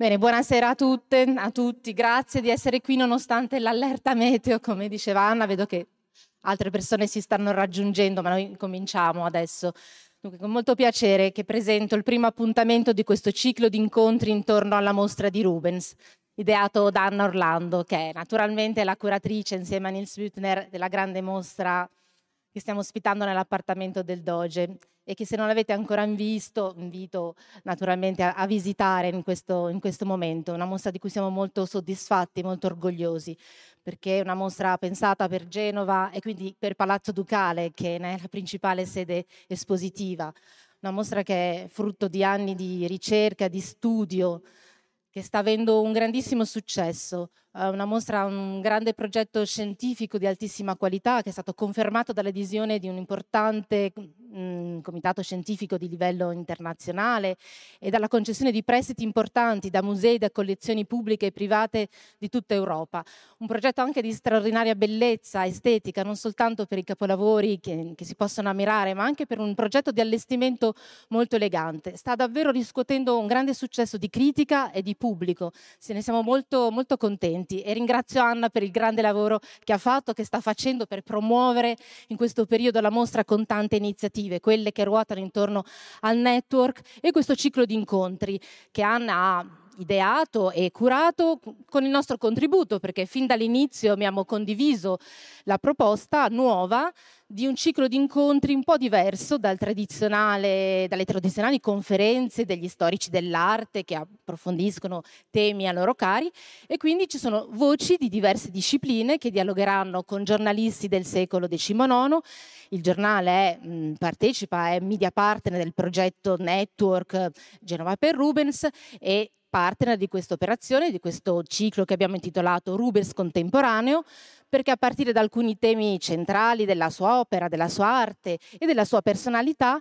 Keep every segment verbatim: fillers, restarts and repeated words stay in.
Bene, buonasera a tutte, a tutti. Grazie di essere qui nonostante l'allerta meteo, come diceva Anna. Vedo che altre persone si stanno raggiungendo, ma noi cominciamo adesso. Dunque, con molto piacere che presento il primo appuntamento di questo ciclo di incontri intorno alla mostra di Rubens, ideato da Anna Orlando, che è naturalmente la curatrice insieme a Nils Büttner della grande mostra che stiamo ospitando nell'appartamento del Doge, e che se non l'avete ancora visto invito naturalmente a, a visitare in questo, in questo momento. Una mostra di cui siamo molto soddisfatti, molto orgogliosi, perché è una mostra pensata per Genova e quindi per Palazzo Ducale, che ne è la principale sede espositiva. Una mostra che è frutto di anni di ricerca, di studio, che sta avendo un grandissimo successo. Una mostra, un grande progetto scientifico di altissima qualità che è stato confermato dall'adesione di un importante mh, comitato scientifico di livello internazionale e dalla concessione di prestiti importanti da musei, da collezioni pubbliche e private di tutta Europa. Un progetto anche di straordinaria bellezza estetica, non soltanto per i capolavori che, che si possono ammirare, ma anche per un progetto di allestimento molto elegante. Sta davvero riscuotendo un grande successo di critica e di pubblico. Se ne siamo molto, molto contenti. E ringrazio Anna per il grande lavoro che ha fatto, che sta facendo per promuovere in questo periodo la mostra con tante iniziative, quelle che ruotano intorno al network e questo ciclo di incontri che Anna ha ideato e curato con il nostro contributo, perché fin dall'inizio abbiamo condiviso la proposta nuova di un ciclo di incontri un po' diverso dal tradizionale, dalle tradizionali conferenze degli storici dell'arte che approfondiscono temi a loro cari, e quindi ci sono voci di diverse discipline che dialogheranno con giornalisti del secolo diciannove. Il giornale è, mh, partecipa, è media partner del progetto Network Genova per Rubens e partner di questa operazione, di questo ciclo che abbiamo intitolato Rubens Contemporaneo, perché a partire da alcuni temi centrali della sua opera, della sua arte e della sua personalità,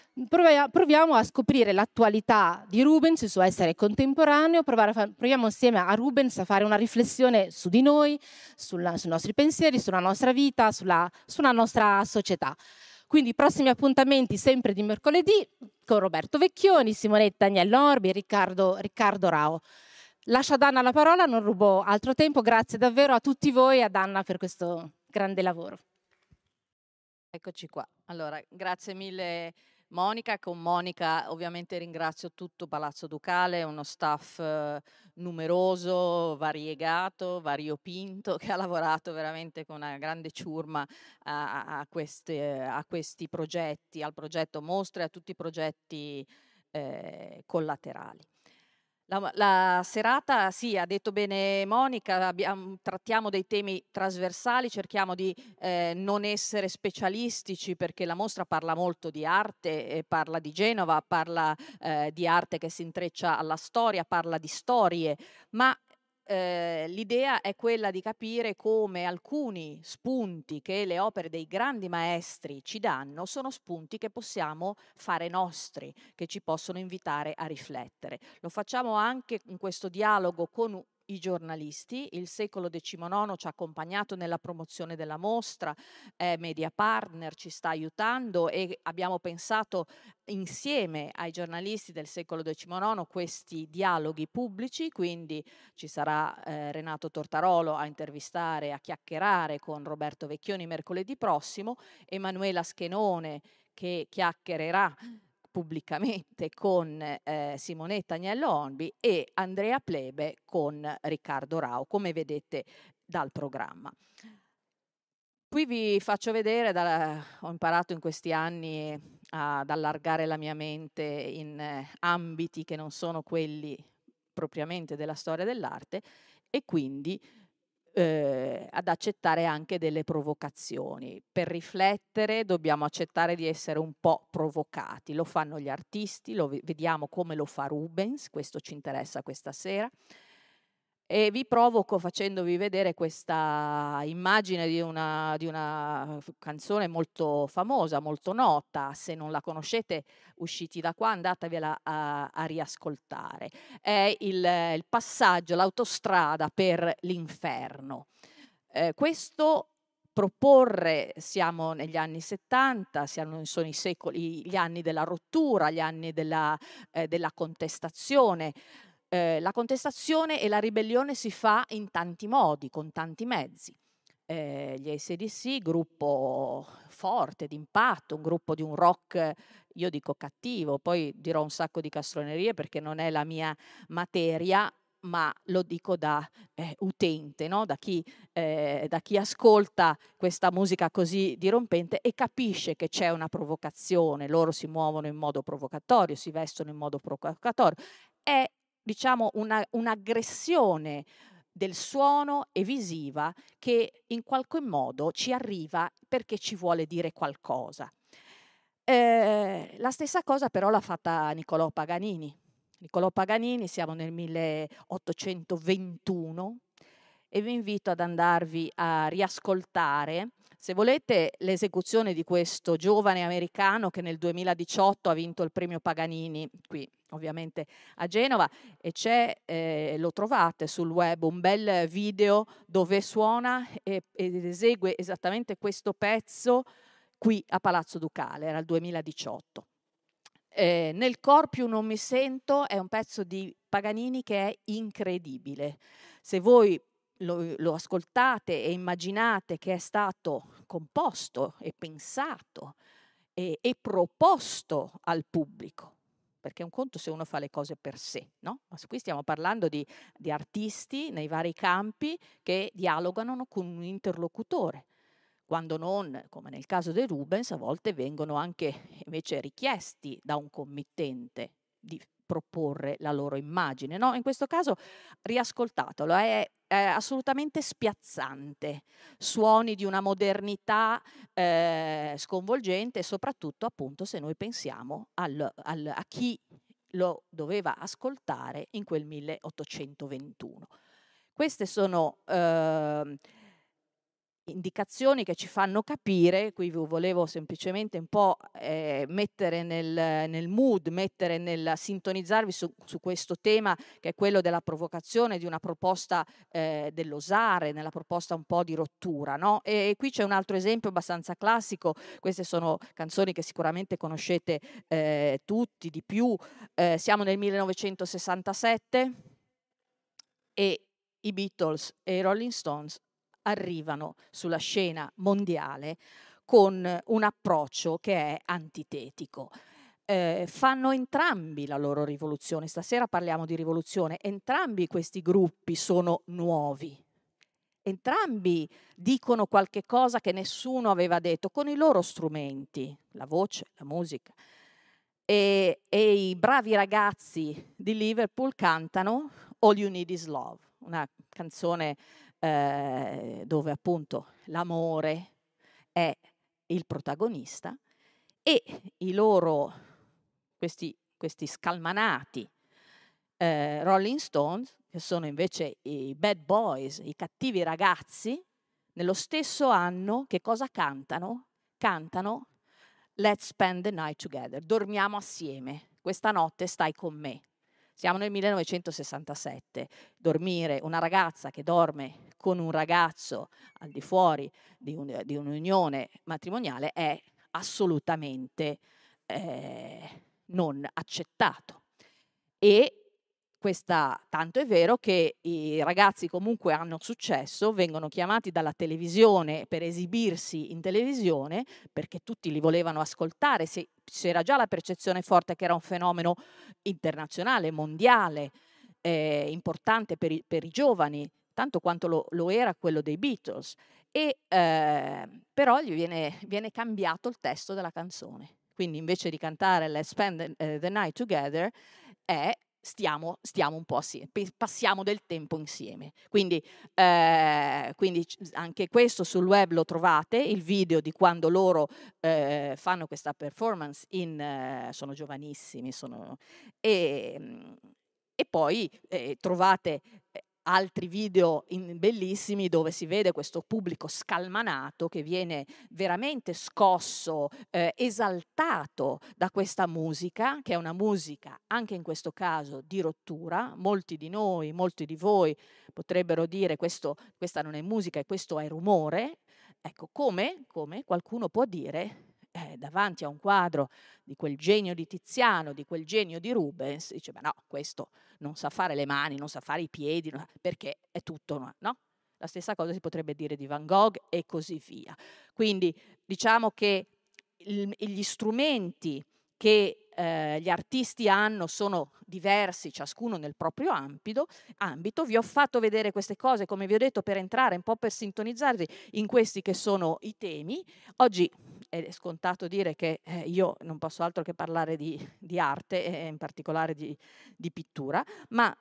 proviamo a scoprire l'attualità di Rubens, il suo essere contemporaneo, provare a fare, proviamo insieme a Rubens a fare una riflessione su di noi, sulla, sui nostri pensieri, sulla nostra vita, sulla, sulla nostra società. Quindi i prossimi appuntamenti sempre di mercoledì con Roberto Vecchioni, Simonetta Agnello Orbi e Riccardo, Riccardo Rao. Lascio ad Anna la parola, non rubo altro tempo, grazie davvero a tutti voi e ad Anna per questo grande lavoro. Eccoci qua. Allora, grazie mille Monica. Con Monica ovviamente ringrazio tutto Palazzo Ducale, uno staff eh, numeroso, variegato, variopinto, che ha lavorato veramente con una grande ciurma a, a, queste, a questi progetti, al progetto Mostre e a tutti i progetti eh, collaterali. La, la serata, sì, ha detto bene Monica, abbiamo, trattiamo dei temi trasversali, cerchiamo di eh, non essere specialistici, perché la mostra parla molto di arte, e parla di Genova, parla eh, di arte che si intreccia alla storia, parla di storie, ma eh, l'idea è quella di capire come alcuni spunti che le opere dei grandi maestri ci danno sono spunti che possiamo fare nostri, che ci possono invitare a riflettere. Lo facciamo anche in questo dialogo con i giornalisti. Il secolo diciannove ci ha accompagnato nella promozione della mostra, è media partner, ci sta aiutando, e abbiamo pensato insieme ai giornalisti del secolo diciannove questi dialoghi pubblici. Quindi ci sarà eh, Renato Tortarolo a intervistare, a chiacchierare con Roberto Vecchioni mercoledì prossimo, Emanuela Schenone che chiacchiererà pubblicamente con eh, Simonetta Agnello Orbi, e Andrea Plebe con Riccardo Rao, come vedete dal programma. Qui vi faccio vedere, da, ho imparato in questi anni ad allargare la mia mente in eh, ambiti che non sono quelli propriamente della storia dell'arte, e quindi eh, ad accettare anche delle provocazioni. Per riflettere dobbiamo accettare di essere un po' provocati. Lo fanno gli artisti, lo vediamo come lo fa Rubens, questo ci interessa questa sera. E vi provoco facendovi vedere questa immagine di una, di una canzone molto famosa, molto nota. Se non la conoscete, usciti da qua, andatevela a, a riascoltare. È il, il passaggio, l'autostrada per l'inferno. Eh, questo proporre, siamo negli anni settanta, siamo, sono i secoli, gli anni della rottura, gli anni della, eh, della contestazione. eh, la contestazione e la ribellione si fa in tanti modi, con tanti mezzi. Eh, gli A C D C, gruppo forte, d'impatto, un gruppo di un rock, io dico cattivo, poi dirò un sacco di castronerie perché non è la mia materia, ma lo dico da eh, utente, no? da, chi, eh, da chi ascolta questa musica così dirompente e capisce che c'è una provocazione, loro si muovono in modo provocatorio, si vestono in modo provocatorio, è diciamo una, un'aggressione del suono e visiva che in qualche modo ci arriva perché ci vuole dire qualcosa. Eh, la stessa cosa però l'ha fatta Niccolò Paganini. Niccolò Paganini, siamo nel milleottocentoventuno e vi invito ad andarvi a riascoltare, se volete, l'esecuzione di questo giovane americano che nel duemiladiciotto ha vinto il premio Paganini, qui ovviamente a Genova, e c'è, eh, lo trovate sul web, un bel video dove suona e, ed esegue esattamente questo pezzo qui a Palazzo Ducale, era il duemiladiciotto. Eh, nel Cor più non mi sento è un pezzo di Paganini che è incredibile. Se voi lo, lo ascoltate e immaginate che è stato composto e pensato e, e proposto al pubblico, perché è un conto se uno fa le cose per sé, no? Ma qui stiamo parlando di, di artisti nei vari campi che dialogano con un interlocutore. Quando non, come nel caso dei Rubens, a volte vengono anche invece richiesti da un committente di proporre la loro immagine. No? In questo caso riascoltatelo, è, è assolutamente spiazzante, suoni di una modernità eh, sconvolgente e soprattutto appunto se noi pensiamo al, al, a chi lo doveva ascoltare in quel milleottocentoventuno. Queste sono eh, indicazioni che ci fanno capire, qui vi volevo semplicemente un po' eh, mettere nel, nel mood, mettere nel sintonizzarvi su, su questo tema che è quello della provocazione, di una proposta eh, dell'osare, nella proposta un po' di rottura, no? E, e qui c'è un altro esempio abbastanza classico, queste sono canzoni che sicuramente conoscete eh, tutti di più, eh, siamo nel millenovecentosessantasette e i Beatles e i Rolling Stones arrivano sulla scena mondiale con un approccio che è antitetico. Eh, fanno entrambi la loro rivoluzione, stasera parliamo di rivoluzione, entrambi questi gruppi sono nuovi, entrambi dicono qualche cosa che nessuno aveva detto con i loro strumenti, la voce, la musica. E, e i bravi ragazzi di Liverpool cantano All You Need Is Love, una canzone eh, dove appunto l'amore è il protagonista e i loro, questi, questi scalmanati eh, Rolling Stones, che sono invece i bad boys, i cattivi ragazzi, nello stesso anno che cosa cantano? Cantano Let's spend the night together, dormiamo assieme, questa notte stai con me. Siamo nel millenovecentosessantasette, dormire, una ragazza che dorme con un ragazzo al di fuori di, un, di un'unione matrimoniale è assolutamente eh, non accettato. E questa, tanto è vero che i ragazzi comunque hanno successo, vengono chiamati dalla televisione per esibirsi in televisione perché tutti li volevano ascoltare, se, c'era già la percezione forte che era un fenomeno internazionale, mondiale, eh, importante per i, per i giovani, tanto quanto lo, lo era quello dei Beatles, e eh, però gli viene, viene cambiato il testo della canzone. Quindi invece di cantare Let's spend the, uh, the night together è Stiamo, stiamo un po' assieme, passiamo del tempo insieme. Quindi, eh, quindi anche questo sul web lo trovate, il video di quando loro eh, fanno questa performance, in, eh, sono giovanissimi, sono, e, e poi eh, trovate altri video in, bellissimi dove si vede questo pubblico scalmanato che viene veramente scosso, eh, esaltato da questa musica, che è una musica anche in questo caso di rottura. Molti di noi, molti di voi potrebbero dire questo, questa non è musica e questo è rumore. Ecco, come, come qualcuno può dire eh, davanti a un quadro di quel genio di Tiziano, di quel genio di Rubens, dice, ma no, questo non sa fare le mani, non sa fare i piedi, no, perché è tutto, no? La stessa cosa si potrebbe dire di Van Gogh e così via. Quindi diciamo che il, gli strumenti che eh, gli artisti hanno sono diversi, ciascuno nel proprio ambito, ambito. Vi ho fatto vedere queste cose, come vi ho detto, per entrare un po', per sintonizzarvi in questi che sono i temi. Oggi è scontato dire che eh, io non posso altro che parlare di, di arte, e in particolare di, di pittura, ma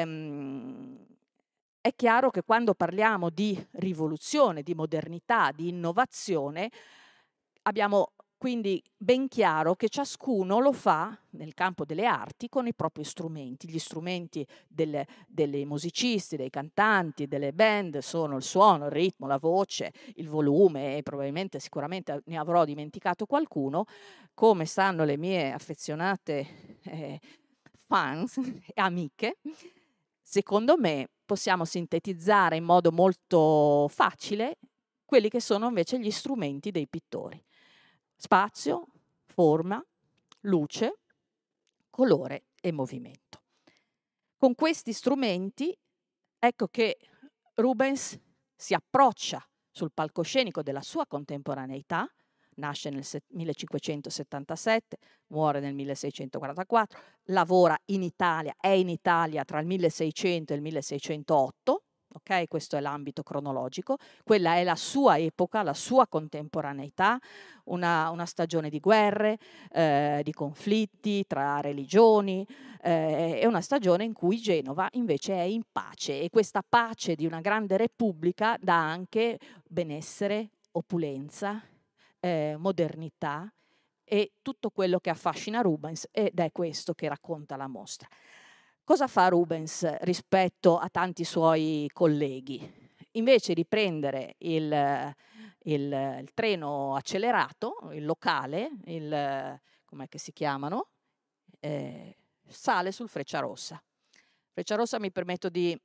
ehm, è chiaro che quando parliamo di rivoluzione, di modernità, di innovazione, abbiamo quindi ben chiaro che ciascuno lo fa nel campo delle arti con i propri strumenti. Gli strumenti delle, dei musicisti, dei cantanti, delle band sono il suono, il ritmo, la voce, il volume, e probabilmente sicuramente ne avrò dimenticato qualcuno, come sanno le mie affezionate eh, fans e amiche. Secondo me possiamo sintetizzare in modo molto facile quelli che sono invece gli strumenti dei pittori. Spazio, forma, luce, colore e movimento. Con questi strumenti ecco che Rubens si approccia sul palcoscenico della sua contemporaneità, nasce nel millecinquecentosettantasette, muore nel milleseicentoquarantaquattro, lavora in Italia, è in Italia tra il milleseicento e il milleseicentootto, ok? Questo è l'ambito cronologico, quella è la sua epoca, la sua contemporaneità, una, una stagione di guerre, eh, di conflitti tra religioni, eh, è una stagione in cui Genova invece è in pace, e questa pace di una grande repubblica dà anche benessere, opulenza, eh, modernità e tutto quello che affascina Rubens, ed è questo che racconta la mostra. Cosa fa Rubens rispetto a tanti suoi colleghi? Invece di prendere il, il, il treno accelerato, il locale, il, com'è che si chiamano? Eh, sale sul Frecciarossa. Frecciarossa mi permetto di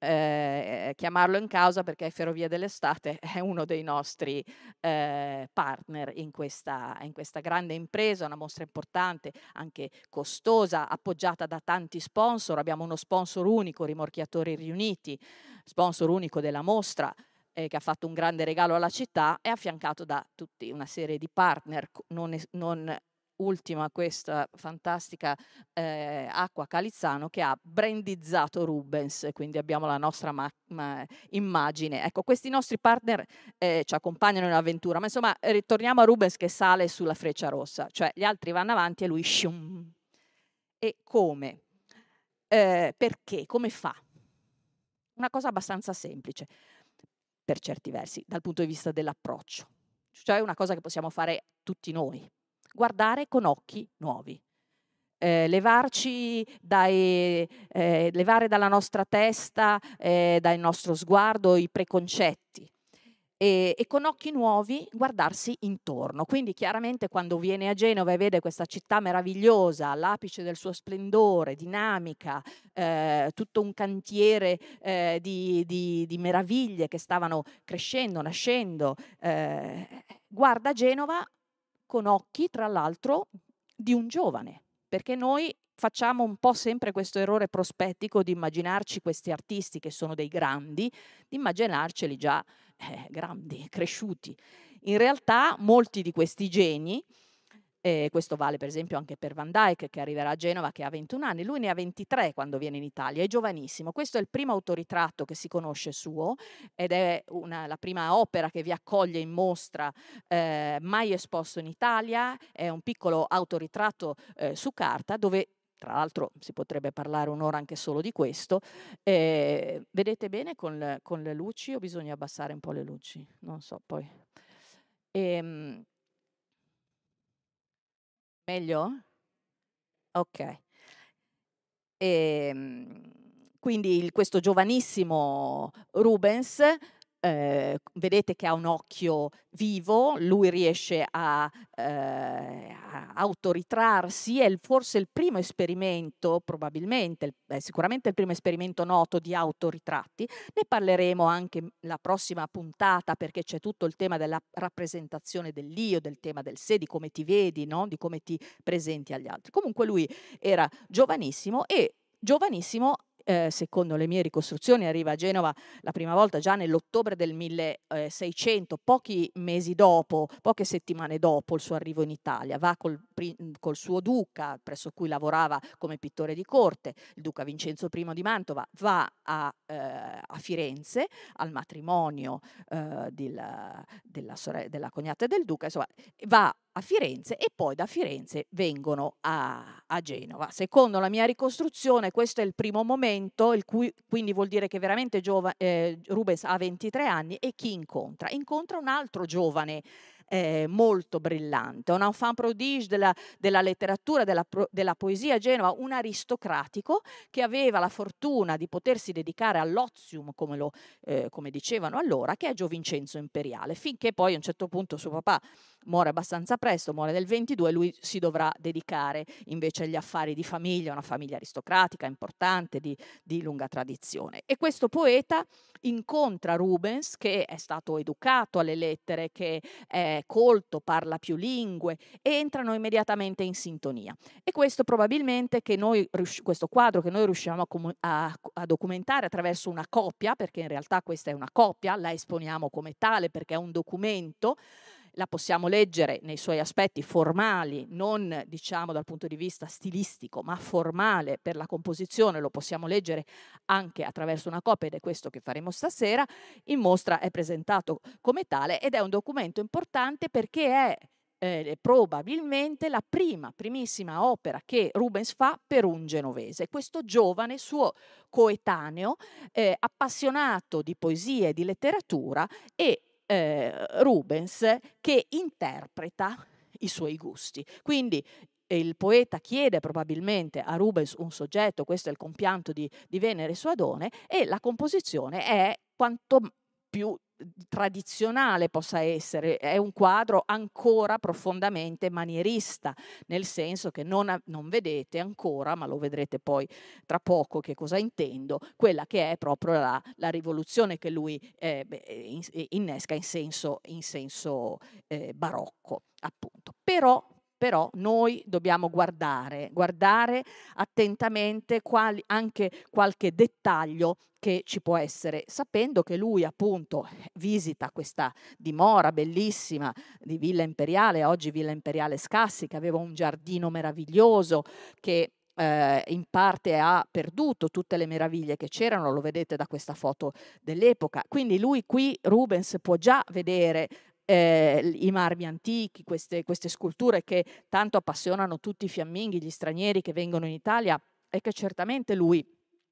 eh, chiamarlo in causa perché Ferrovie dell'Estate è uno dei nostri eh, partner in questa, in questa grande impresa, una mostra importante, anche costosa, appoggiata da tanti sponsor. Abbiamo uno sponsor unico, Rimorchiatori Riuniti, sponsor unico della mostra, eh, che ha fatto un grande regalo alla città, e affiancato da tutti una serie di partner, non, non ultima questa fantastica eh, Acqua Calizzano, che ha brandizzato Rubens, quindi abbiamo la nostra ma- ma- immagine. Ecco, questi nostri partner eh, ci accompagnano in avventura, ma insomma ritorniamo a Rubens che sale sulla Frecciarossa, cioè gli altri vanno avanti e lui shum. E come? Eh, perché? Come fa? Una cosa abbastanza semplice, per certi versi, dal punto di vista dell'approccio, cioè una cosa che possiamo fare tutti noi. Guardare con occhi nuovi, eh, levarci dai, eh, levare dalla nostra testa, eh, dal nostro sguardo i preconcetti, e, e con occhi nuovi guardarsi intorno. Quindi chiaramente quando viene a Genova e vede questa città meravigliosa, all'apice del suo splendore, dinamica, eh, tutto un cantiere eh, di, di, di meraviglie che stavano crescendo, nascendo, eh, guarda Genova con occhi, tra l'altro, di un giovane, perché noi facciamo un po' sempre questo errore prospettico di immaginarci questi artisti che sono dei grandi, di immaginarceli già eh, grandi, cresciuti. In realtà molti di questi geni, eh, questo vale per esempio anche per Van Dyck, che arriverà a Genova, che ha ventuno anni, lui ne ha ventitré quando viene in Italia, è giovanissimo. Questo è il primo autoritratto che si conosce suo, ed è una, la prima opera che vi accoglie in mostra, eh, mai esposto in Italia. È un piccolo autoritratto eh, su carta, dove tra l'altro si potrebbe parlare un'ora anche solo di questo. Eh, vedete bene con le, con le luci o bisogna abbassare un po' le luci? Non so, poi. Ehm, meglio? Ok. Ehm, quindi il, questo giovanissimo Rubens eh, vedete che ha un occhio vivo, lui riesce a, eh, a autoritrarsi, è il, forse il primo esperimento, probabilmente, il, eh, sicuramente il primo esperimento noto di autoritratti. Ne parleremo anche la prossima puntata, perché c'è tutto il tema della rappresentazione dell'io, del tema del sé, di come ti vedi, no? Di come ti presenti agli altri. Comunque lui era giovanissimo e giovanissimo, eh, secondo le mie ricostruzioni, arriva a Genova la prima volta già nell'ottobre del milleseicento, pochi mesi dopo, poche settimane dopo il suo arrivo in Italia. Va col, col suo duca, presso cui lavorava come pittore di corte, il duca Vincenzo I di Mantova, va a, eh, a Firenze al matrimonio eh, della, della, sorella, della cognata del duca, insomma, va a Firenze e poi da Firenze vengono a, a Genova. Secondo la mia ricostruzione questo è il primo momento, il cui, quindi vuol dire che veramente giova, eh, Rubens ha ventitré anni, e chi incontra? Incontra un altro giovane eh, molto brillante, un enfant prodige della, della letteratura, della, della poesia a Genova, un aristocratico che aveva la fortuna di potersi dedicare all'ozium, come, lo, eh, come dicevano allora, che è Giovincenzo Imperiale, finché poi a un certo punto suo papà muore abbastanza presto, muore nel ventidue, e lui si dovrà dedicare invece agli affari di famiglia, una famiglia aristocratica importante di, di lunga tradizione. E questo poeta incontra Rubens, che è stato educato alle lettere, che è colto, parla più lingue, e entrano immediatamente in sintonia. E questo probabilmente che noi, questo quadro che noi riusciamo a, a, a documentare attraverso una copia, perché in realtà questa è una copia, la esponiamo come tale perché è un documento, la possiamo leggere nei suoi aspetti formali, non diciamo dal punto di vista stilistico, ma formale per la composizione, lo possiamo leggere anche attraverso una copia, ed è questo che faremo stasera. In mostra è presentato come tale ed è un documento importante perché è eh, probabilmente la prima, primissima opera che Rubens fa per un genovese, questo giovane suo coetaneo, eh, appassionato di poesia e di letteratura, e Eh, Rubens che interpreta i suoi gusti. Quindi il poeta chiede probabilmente a Rubens un soggetto, questo è il compianto di, di Venere su Adone, e la composizione è quanto più tradizionale possa essere, è un quadro ancora profondamente manierista, nel senso che non, non vedete ancora, ma lo vedrete poi tra poco che cosa intendo, quella che è proprio la, la rivoluzione che lui eh, innesca in senso, in senso eh, barocco, appunto. Però Però noi dobbiamo guardare, guardare attentamente quali, anche qualche dettaglio che ci può essere, sapendo che lui appunto visita questa dimora bellissima di Villa Imperiale, oggi Villa Imperiale Scassi, che aveva un giardino meraviglioso, che eh, in parte ha perduto tutte le meraviglie che c'erano, lo vedete da questa foto dell'epoca. Quindi lui qui, Rubens, può già vedere Eh, i marmi antichi, queste, queste sculture che tanto appassionano tutti i fiamminghi, gli stranieri che vengono in Italia, e che certamente lui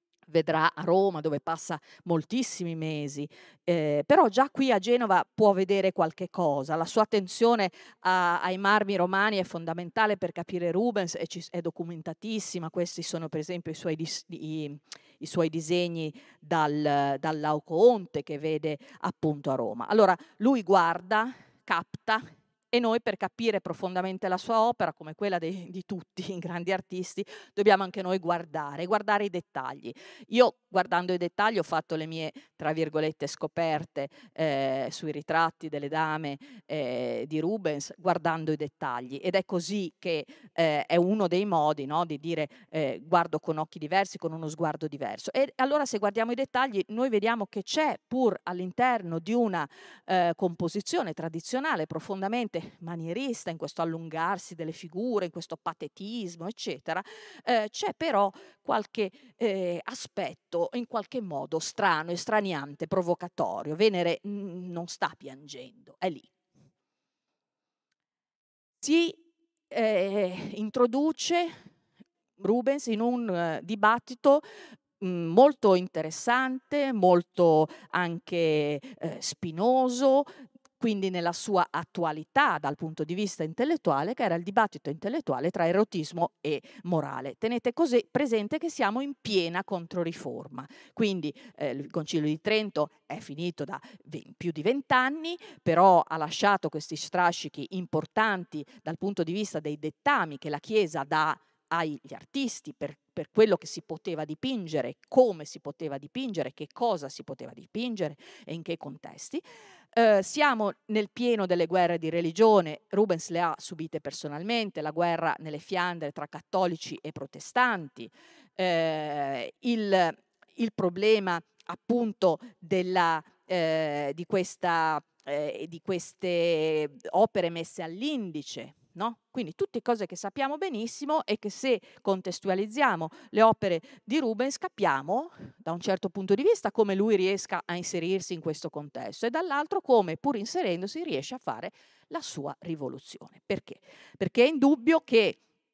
vedrà a Roma, dove passa moltissimi mesi, eh, però già qui a Genova può vedere qualche cosa. La sua attenzione a, ai marmi romani è fondamentale per capire Rubens, e ci, è documentatissima. Questi sono per esempio i suoi, dis, i, i suoi disegni dal, dal Laocoonte che vede appunto a Roma. Allora lui guarda, capta, e noi, per capire profondamente la sua opera, come quella dei, di tutti i grandi artisti, dobbiamo anche noi guardare, guardare i dettagli. Io, guardando i dettagli, ho fatto le mie, tra virgolette, scoperte eh, sui ritratti delle dame eh, di Rubens, guardando i dettagli. Ed è così che eh, è uno dei modi, no, di dire eh, guardo con occhi diversi, con uno sguardo diverso. E allora, se guardiamo i dettagli, noi vediamo che c'è, pur all'interno di una eh, composizione tradizionale profondamente manierista, in questo allungarsi delle figure, in questo patetismo, eccetera, eh, c'è però qualche eh, aspetto in qualche modo strano, estraniante, provocatorio. Venere mh, non sta piangendo, è lì. Si eh, introduce Rubens in un uh, dibattito mh, molto interessante, molto anche eh, spinoso, quindi nella sua attualità dal punto di vista intellettuale, che era il dibattito intellettuale tra erotismo e morale. Tenete così presente che siamo in piena controriforma, quindi eh, il Concilio di Trento è finito da più di vent'anni, però ha lasciato questi strascichi importanti dal punto di vista dei dettami che la Chiesa dà agli artisti per, per quello che si poteva dipingere, come si poteva dipingere, che cosa si poteva dipingere e in che contesti. Eh, siamo nel pieno delle guerre di religione, Rubens le ha subite personalmente, la guerra nelle Fiandre tra cattolici e protestanti, eh, il, il problema appunto della, eh, di, questa, eh, di queste opere messe all'indice, no? Quindi tutte cose che sappiamo benissimo e che se contestualizziamo le opere di Rubens capiamo da un certo punto di vista come lui riesca a inserirsi in questo contesto e dall'altro come pur inserendosi riesce a fare la sua rivoluzione. Perché? Perché è indubbio che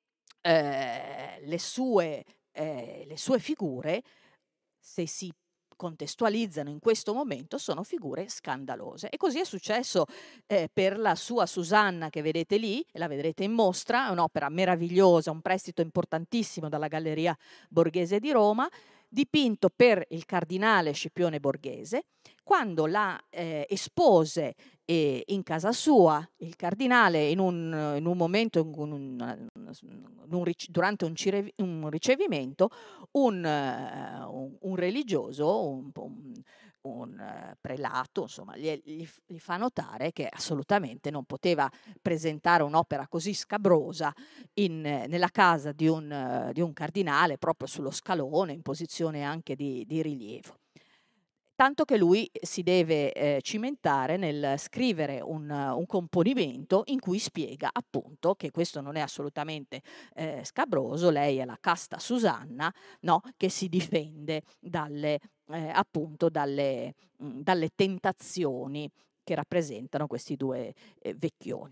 eh, le, sue, eh, le sue figure, se si contestualizzano in questo momento, sono figure scandalose. E così è successo eh, per la sua Susanna che vedete lì, la vedrete in mostra, è un'opera meravigliosa, un prestito importantissimo dalla Galleria Borghese di Roma, dipinto per il cardinale Scipione Borghese. Quando la eh, espose eh, in casa sua, il cardinale in un, in un momento, in un, in un, durante un, cire, un ricevimento, un, uh, un, un religioso, un, un, un uh, prelato, insomma, gli, gli, gli fa notare che assolutamente non poteva presentare un'opera così scabrosa in, nella casa di un, uh, di un cardinale, proprio sullo scalone, in posizione anche di, di rilievo. Tanto che lui si deve eh, cimentare nel scrivere un, un componimento in cui spiega appunto che questo non è assolutamente eh, scabroso, lei è la casta Susanna, no? Che si difende dalle, eh, appunto dalle, mh, dalle tentazioni che rappresentano questi due eh, vecchioni.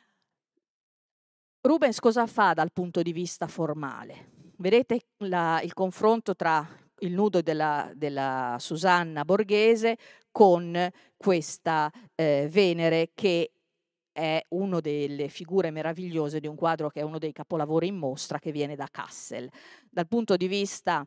Rubens cosa fa dal punto di vista formale? Vedete la, il confronto tra il nudo della, della Susanna Borghese con questa eh, Venere che è una delle figure meravigliose di un quadro che è uno dei capolavori in mostra che viene da Kassel. Dal punto di vista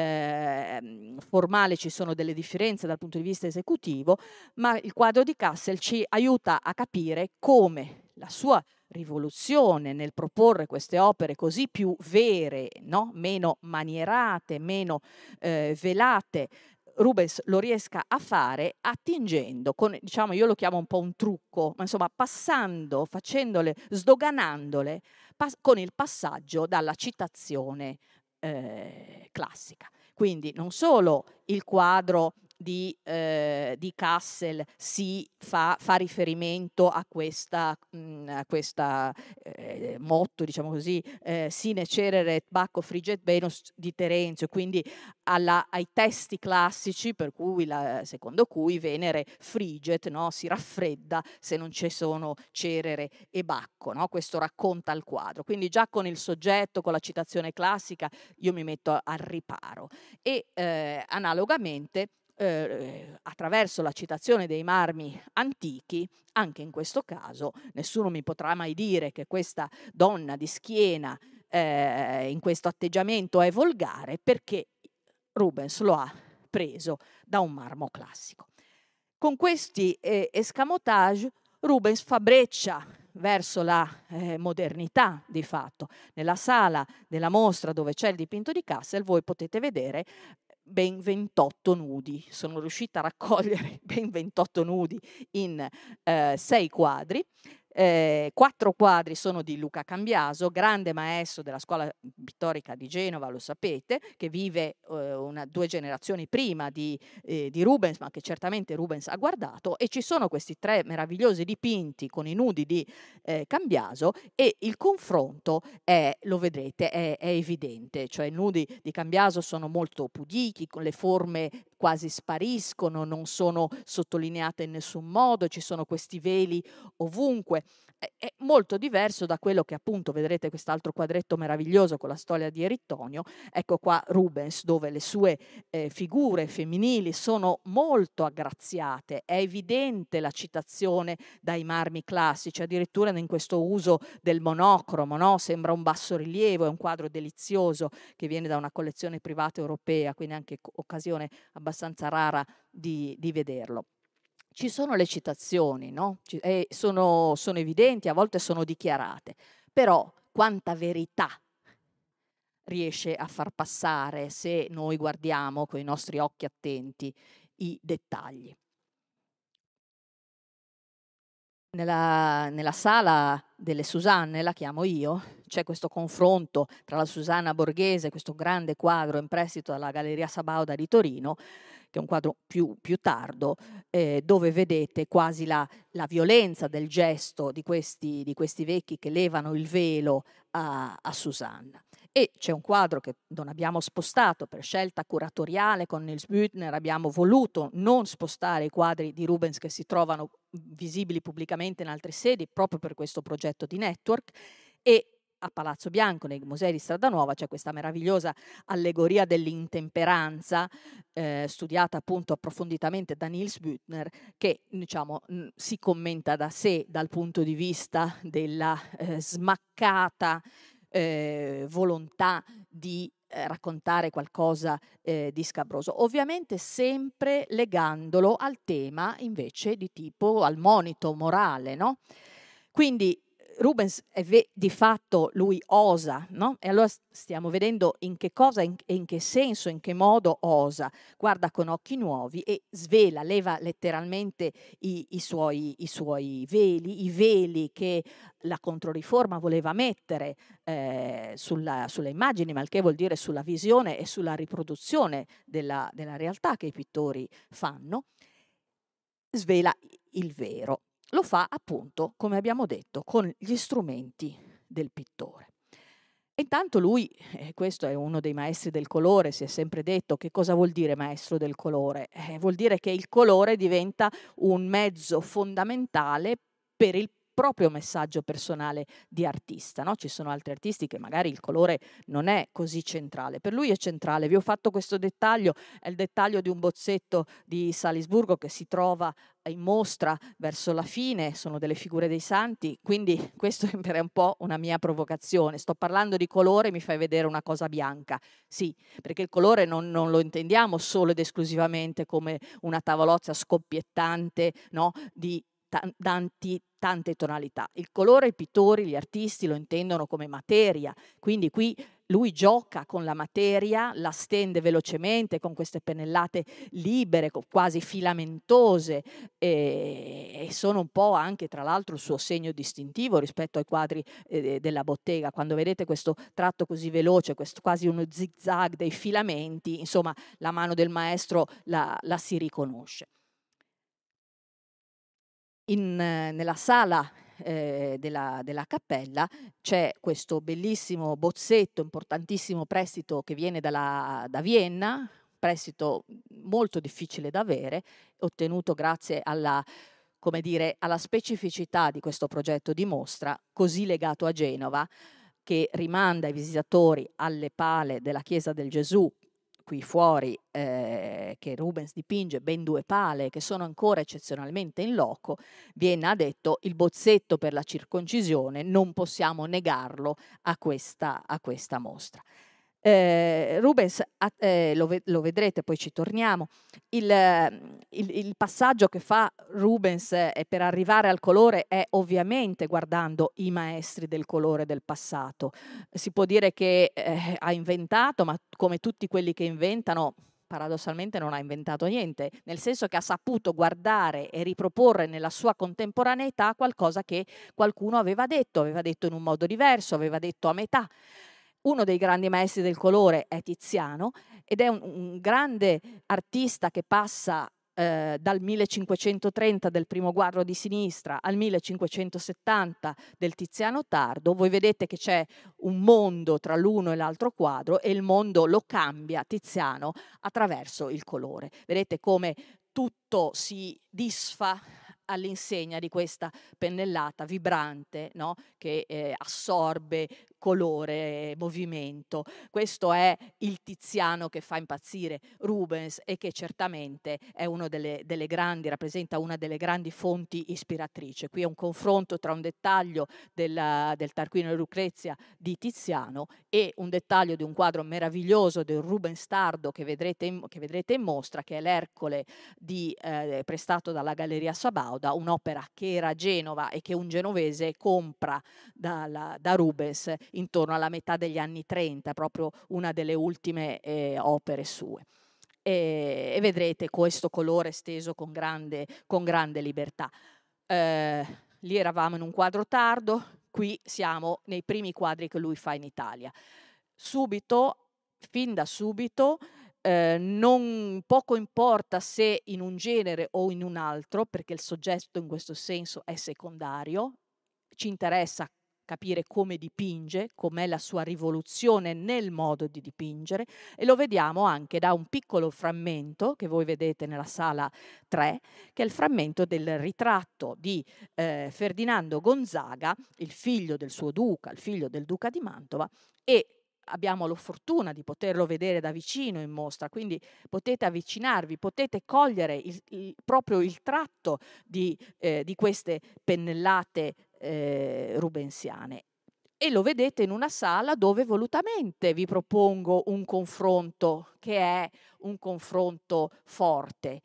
eh, formale ci sono delle differenze dal punto di vista esecutivo, ma il quadro di Kassel ci aiuta a capire come la sua rivoluzione nel proporre queste opere così più vere, no? Meno manierate, meno eh, velate, Rubens lo riesca a fare attingendo, con, diciamo, io lo chiamo un po' un trucco, ma insomma passando, facendole, sdoganandole pas- con il passaggio dalla citazione eh, classica. Quindi non solo il quadro di, eh, di Kassel si fa, fa riferimento a questa, mh, a questa eh, motto, diciamo così, eh, sine cerere et bacco friget Venus di Terenzio, quindi alla, ai testi classici per cui la, secondo cui Venere friget, no? Si raffredda se non ci sono Cerere e Bacco, no? Questo racconta il quadro, quindi già con il soggetto, con la citazione classica io mi metto al riparo e eh, analogamente Eh, attraverso la citazione dei marmi antichi, anche in questo caso nessuno mi potrà mai dire che questa donna di schiena eh, in questo atteggiamento è volgare, perché Rubens lo ha preso da un marmo classico. Con questi eh, escamotage Rubens fa breccia verso la eh, modernità di fatto. Nella sala della mostra dove c'è il dipinto di Kassel voi potete vedere ben ventotto nudi, sono riuscita a raccogliere ben ventotto nudi in eh, sei quadri, eh, quattro quadri sono di Luca Cambiaso, grande maestro della scuola pittorica di Genova, lo sapete, che vive eh, una, due generazioni prima di, eh, di Rubens, ma che certamente Rubens ha guardato, e ci sono questi tre meravigliosi dipinti con i nudi di eh, Cambiaso e il confronto è, lo vedrete, è, è evidente, cioè i nudi di Cambiaso sono molto pudichi, con le forme quasi spariscono, non sono sottolineate in nessun modo, ci sono questi veli ovunque. È molto diverso da quello che appunto vedrete quest'altro quadretto meraviglioso con la storia di Erittonio. Ecco qua Rubens, dove le sue eh, figure femminili sono molto aggraziate, è evidente la citazione dai marmi classici, addirittura in questo uso del monocromo, no? Sembra un bassorilievo, è un quadro delizioso che viene da una collezione privata europea, quindi anche occasione abbastanza rara di, di vederlo. Ci sono le citazioni, no? E sono, sono evidenti, a volte sono dichiarate, però quanta verità riesce a far passare se noi guardiamo con i nostri occhi attenti i dettagli. Nella, nella sala delle Susanne, la chiamo io, c'è questo confronto tra la Susanna Borghese, questo grande quadro in prestito alla Galleria Sabauda di Torino, che è un quadro più, più tardo, eh, dove vedete quasi la, la violenza del gesto di questi, di questi vecchi che levano il velo a, a Susanna. E c'è un quadro che non abbiamo spostato per scelta curatoriale con Nils Büttner, abbiamo voluto non spostare i quadri di Rubens che si trovano visibili pubblicamente in altre sedi proprio per questo progetto di network. E a Palazzo Bianco, nei musei di Strada Nuova, c'è questa meravigliosa allegoria dell'intemperanza, eh, studiata appunto approfonditamente da Nils Büttner, che diciamo mh, si commenta da sé dal punto di vista della eh, smaccata eh, volontà di eh, raccontare qualcosa eh, di scabroso, ovviamente sempre legandolo al tema invece di tipo, al monito morale, no? Quindi Rubens è di fatto lui osa, no? E allora stiamo vedendo in che cosa, in, in che senso, in che modo osa, guarda con occhi nuovi e svela, leva letteralmente i, i, suoi, i suoi veli, i veli che la Controriforma voleva mettere eh, sulla, sulle immagini, ma il che vuol dire sulla visione e sulla riproduzione della, della realtà che i pittori fanno, svela il vero. Lo fa appunto, come abbiamo detto, con gli strumenti del pittore. Intanto lui, eh, questo è uno dei maestri del colore, si è sempre detto che cosa vuol dire maestro del colore? Eh, vuol dire che il colore diventa un mezzo fondamentale per il proprio messaggio personale di artista, no? Ci sono altri artisti che magari il colore non è così centrale, per lui è centrale. Vi ho fatto questo dettaglio, è il dettaglio di un bozzetto di Salisburgo che si trova in mostra verso la fine, sono delle figure dei santi, quindi questo è un po' una mia provocazione. Sto parlando di colore, mi fai vedere una cosa bianca. Sì, perché il colore non, non lo intendiamo solo ed esclusivamente come una tavolozza scoppiettante, no? Di tanti, tante tonalità. Il colore i pittori, gli artisti lo intendono come materia, quindi qui lui gioca con la materia, la stende velocemente con queste pennellate libere, quasi filamentose, e, e sono un po' anche tra l'altro il suo segno distintivo rispetto ai quadri eh, della bottega. Quando vedete questo tratto così veloce, questo quasi uno zigzag dei filamenti, insomma la mano del maestro la, la si riconosce. In, nella sala eh, della, della cappella c'è questo bellissimo bozzetto, importantissimo prestito che viene dalla, da Vienna, prestito molto difficile da avere, ottenuto grazie alla, come dire, alla specificità di questo progetto di mostra, così legato a Genova, che rimanda i visitatori alle pale della Chiesa del Gesù, qui fuori, eh, che Rubens dipinge, ben due pale che sono ancora eccezionalmente in loco. Vienna ha detto il bozzetto per la circoncisione, non possiamo negarlo a questa, a questa mostra. Eh, Rubens, eh, lo, lo vedrete, poi ci torniamo, il, il, il passaggio che fa Rubens eh, per arrivare al colore è ovviamente guardando i maestri del colore del passato. Si può dire che eh, ha inventato, ma come tutti quelli che inventano, paradossalmente non ha inventato niente, nel senso che ha saputo guardare e riproporre nella sua contemporaneità qualcosa che qualcuno aveva detto, aveva detto in un modo diverso, aveva detto a metà. Uno dei grandi maestri del colore è Tiziano ed è un, un grande artista che passa eh, dal millecinquecentotrenta del primo quadro di sinistra al millecinquecentosettanta del Tiziano tardo, voi vedete che c'è un mondo tra l'uno e l'altro quadro e il mondo lo cambia Tiziano attraverso il colore. Vedete come tutto si disfa all'insegna di questa pennellata vibrante, no? Che eh, assorbe colore, movimento. Questo è il Tiziano che fa impazzire Rubens e che certamente è uno delle, delle grandi, rappresenta una delle grandi fonti ispiratrici. Qui è un confronto tra un dettaglio della, del Tarquinio e Lucrezia di Tiziano e un dettaglio di un quadro meraviglioso del Rubens tardo che vedrete in, che vedrete in mostra, che è l'Ercole di, eh, prestato dalla Galleria Sabauda, un'opera che era a Genova e che un genovese compra dalla, da Rubens intorno alla metà degli anni trenta, proprio una delle ultime eh, opere sue. E, e vedrete questo colore steso con grande, con grande libertà. Eh, lì eravamo in un quadro tardo, qui siamo nei primi quadri che lui fa in Italia. Subito, fin da subito, eh, non poco importa se in un genere o in un altro, perché il soggetto in questo senso è secondario, ci interessa capire come dipinge, com'è la sua rivoluzione nel modo di dipingere, e lo vediamo anche da un piccolo frammento che voi vedete nella sala tre, che è il frammento del ritratto di eh, Ferdinando Gonzaga, il figlio del suo duca, il figlio del duca di Mantova, e abbiamo la fortuna di poterlo vedere da vicino in mostra, quindi potete avvicinarvi, potete cogliere il, il, proprio il tratto di, eh, di queste pennellate eh, rubensiane. E lo vedete in una sala dove volutamente vi propongo un confronto che è un confronto forte.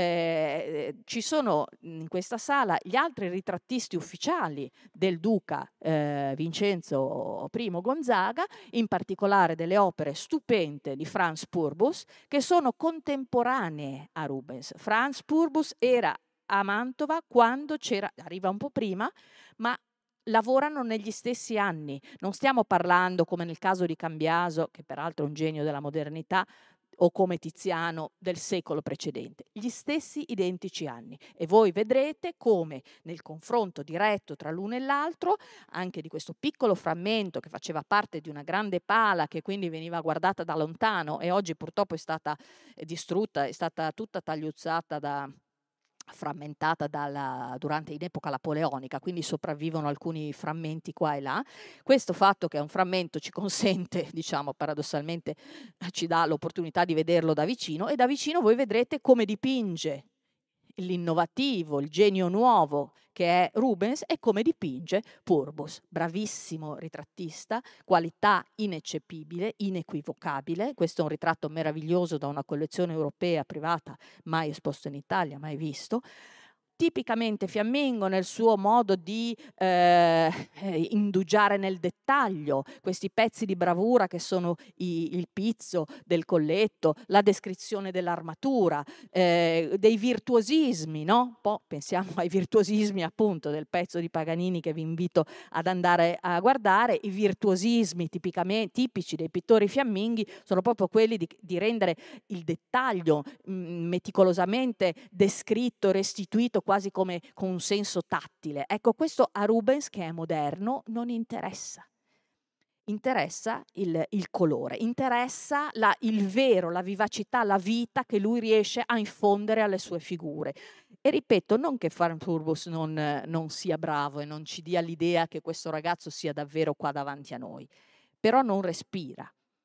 Eh, ci sono in questa sala gli altri ritrattisti ufficiali del duca eh, Vincenzo primo Gonzaga, in particolare delle opere stupende di Franz Purbus, che sono contemporanee a Rubens. Franz Purbus era a Mantova quando c'era, arriva un po' prima, ma lavorano negli stessi anni. Non stiamo parlando, come nel caso di Cambiaso, che peraltro è un genio della modernità, o come Tiziano del secolo precedente, gli stessi identici anni. E voi vedrete come nel confronto diretto tra l'uno e l'altro, anche di questo piccolo frammento che faceva parte di una grande pala che quindi veniva guardata da lontano e oggi purtroppo è stata distrutta, è stata tutta tagliuzzata da frammentata dalla, durante in epoca napoleonica, quindi sopravvivono alcuni frammenti qua e là. Questo fatto che è un frammento ci consente, diciamo paradossalmente, ci dà l'opportunità di vederlo da vicino, e da vicino voi vedrete come dipinge l'innovativo, il genio nuovo che è Rubens e come dipinge Purbus, bravissimo ritrattista, qualità ineccepibile, inequivocabile. Questo è un ritratto meraviglioso da una collezione europea privata mai esposto in Italia, mai visto. Tipicamente fiammingo nel suo modo di eh, indugiare nel dettaglio, questi pezzi di bravura che sono i, il pizzo del colletto, la descrizione dell'armatura, eh, dei virtuosismi, no? Poi pensiamo ai virtuosismi appunto del pezzo di Paganini che vi invito ad andare a guardare. I virtuosismi tipicamente, tipici dei pittori fiamminghi sono proprio quelli di, di rendere il dettaglio mh, meticolosamente descritto, restituito quasi come con un senso tattile. Ecco, questo a Rubens, che è moderno, non interessa. Interessa il, il colore, interessa la, il vero, la vivacità, la vita che lui riesce a infondere alle sue figure. E ripeto, non che Franz Purbus non, non sia bravo e non ci dia l'idea che questo ragazzo sia davvero qua davanti a noi, però non respira.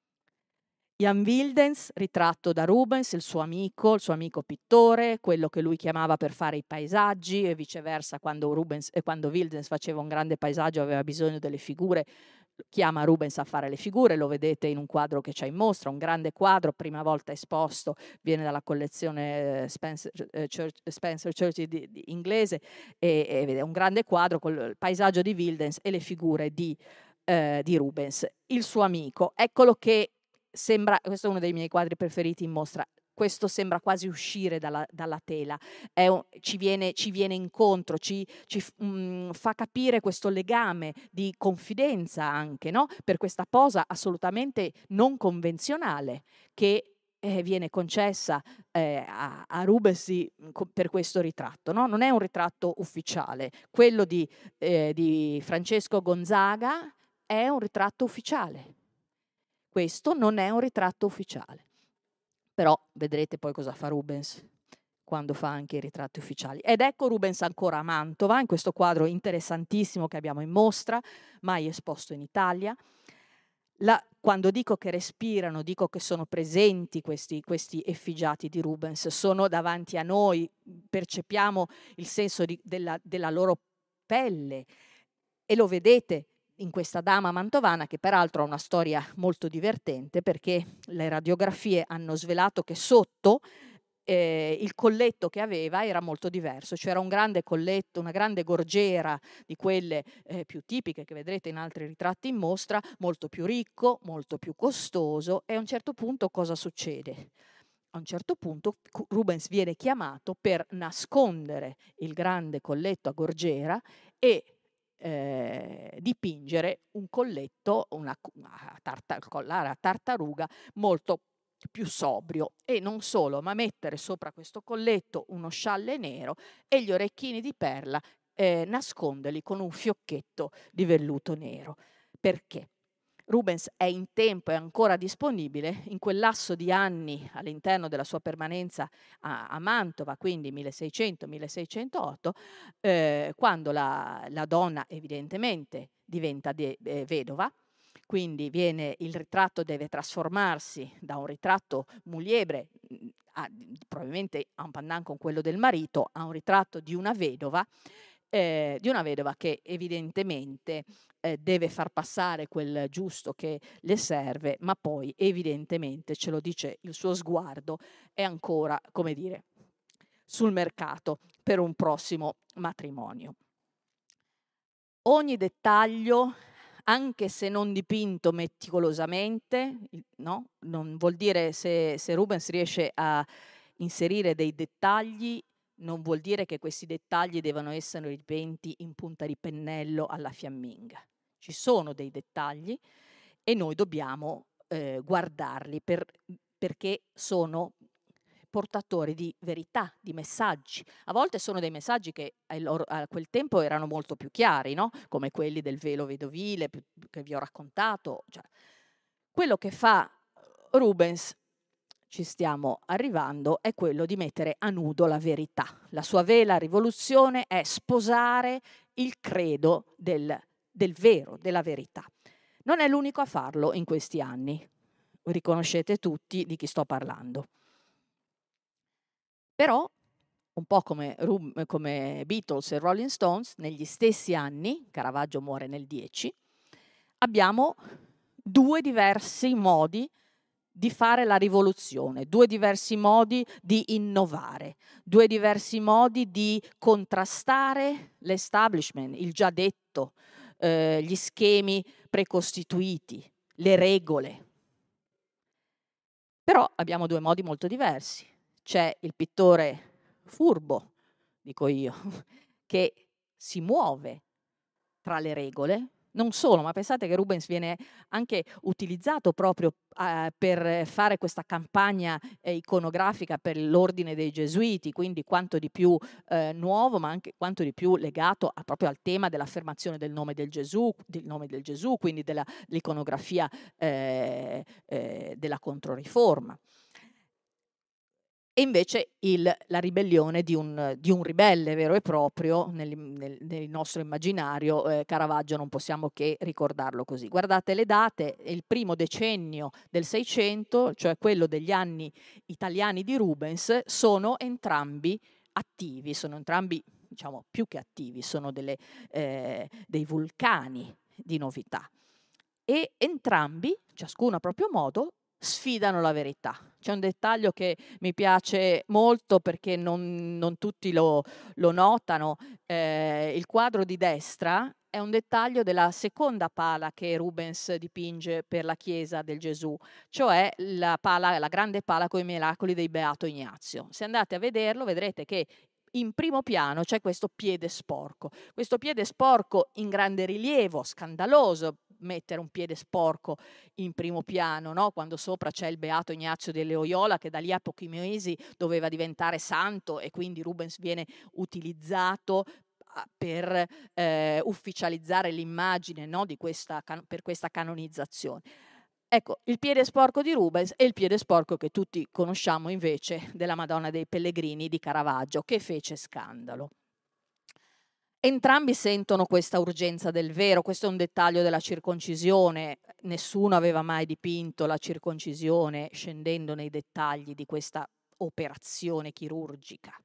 Jan Wildens, ritratto da Rubens, il suo amico, il suo amico pittore, quello che lui chiamava per fare i paesaggi, e viceversa quando, Rubens, eh, quando Wildens faceva un grande paesaggio aveva bisogno delle figure, chiama Rubens a fare le figure. Lo vedete in un quadro che c'è in mostra, un grande quadro, prima volta esposto, viene dalla collezione Spencer, eh, Church, Spencer Church di, di inglese, e, e è un grande quadro con il paesaggio di Wildens e le figure di, eh, di Rubens. Il suo amico, eccolo che sembra, questo è uno dei miei quadri preferiti in mostra, questo sembra quasi uscire dalla, dalla tela, è un, ci, viene, ci viene incontro, ci, ci mh, fa capire questo legame di confidenza anche, no? Per questa posa assolutamente non convenzionale che eh, viene concessa eh, a, a Rubens di, per questo ritratto, no? Non è un ritratto ufficiale. Quello di, eh, di Francesco Gonzaga è un ritratto ufficiale. Questo non è un ritratto ufficiale. Però vedrete poi cosa fa Rubens quando fa anche i ritratti ufficiali. Ed ecco Rubens ancora a Mantova, in questo quadro interessantissimo che abbiamo in mostra, mai esposto in Italia. La, quando dico che respirano, dico che sono presenti questi, questi effigiati di Rubens, sono davanti a noi, percepiamo il senso di, della, della loro pelle e lo vedete in questa dama mantovana, che peraltro ha una storia molto divertente, perché le radiografie hanno svelato che sotto eh, il colletto che aveva era molto diverso. C'era un grande colletto, una grande gorgiera di quelle eh, più tipiche che vedrete in altri ritratti in mostra, molto più ricco, molto più costoso. E a un certo punto cosa succede? A un certo punto Rubens viene chiamato per nascondere il grande colletto a gorgiera e eh, dipingere un colletto, una, una tarta, collare a tartaruga molto più sobrio, e non solo, ma mettere sopra questo colletto uno scialle nero e gli orecchini di perla, eh, nasconderli con un fiocchetto di velluto nero. Perché? Rubens è in tempo, è ancora disponibile in quel lasso di anni all'interno della sua permanenza a, a Mantova, quindi milleseicento milleseicentotto, eh, quando la, la donna evidentemente diventa de, eh, vedova, quindi viene, il ritratto deve trasformarsi da un ritratto muliebre, a, probabilmente a un pandan con quello del marito, a un ritratto di una vedova, eh, di una vedova che evidentemente eh, deve far passare quel giusto che le serve, ma poi evidentemente, ce lo dice il suo sguardo, è ancora, come dire, sul mercato per un prossimo matrimonio. Ogni dettaglio, anche se non dipinto meticolosamente, no? Non vuol dire, se, se Rubens riesce a inserire dei dettagli, non vuol dire che questi dettagli devono essere dipinti in punta di pennello alla fiamminga. Ci sono dei dettagli e noi dobbiamo eh, guardarli per, perché sono portatori di verità, di messaggi. A volte sono dei messaggi che a quel tempo erano molto più chiari, no? Come quelli del velo vedovile che vi ho raccontato. Cioè, quello che fa Rubens, ci stiamo arrivando, è quello di mettere a nudo la verità. La sua vera rivoluzione è sposare il credo del, del vero, della verità. Non è l'unico a farlo in questi anni. Riconoscete tutti di chi sto parlando. Però, un po' come, come Beatles e Rolling Stones, negli stessi anni, Caravaggio muore nel dieci, abbiamo due diversi modi di fare la rivoluzione, due diversi modi di innovare, due diversi modi di contrastare l'establishment, il già detto, eh, gli schemi precostituiti, le regole. Però abbiamo due modi molto diversi. C'è il pittore furbo, dico io, che si muove tra le regole. Non solo, ma pensate che Rubens viene anche utilizzato proprio eh, per fare questa campagna eh, iconografica per l'ordine dei Gesuiti, quindi quanto di più eh, nuovo, ma anche quanto di più legato a, proprio al tema dell'affermazione del nome del Gesù, del nome del Gesù, quindi dell'iconografia eh, eh, della Controriforma. E invece il, la ribellione di un, di un ribelle vero e proprio nel, nel, nel nostro immaginario, eh, Caravaggio non possiamo che ricordarlo così. Guardate le date, il primo decennio del Seicento, cioè quello degli anni italiani di Rubens, sono entrambi attivi, sono entrambi, diciamo, più che attivi, sono delle, eh, dei vulcani di novità. E entrambi, ciascuno a proprio modo, sfidano la verità. C'è un dettaglio che mi piace molto perché non, non tutti lo, lo notano. Eh, il quadro di destra è un dettaglio della seconda pala che Rubens dipinge per la chiesa del Gesù, cioè la, pala, la grande pala con i miracoli dei Beato Ignazio. Se andate a vederlo vedrete che in primo piano c'è questo piede sporco, questo piede sporco in grande rilievo, scandaloso, mettere un piede sporco in primo piano, no? Quando sopra c'è il beato Ignazio di Loyola, che da lì a pochi mesi doveva diventare santo, e quindi Rubens viene utilizzato per eh, ufficializzare l'immagine, no? Di questa, per questa canonizzazione. Ecco, il piede sporco di Rubens e il piede sporco che tutti conosciamo invece della Madonna dei Pellegrini di Caravaggio, che fece scandalo. Entrambi sentono questa urgenza del vero. Questo è un dettaglio della circoncisione. Nessuno aveva mai dipinto la circoncisione scendendo nei dettagli di questa operazione chirurgica.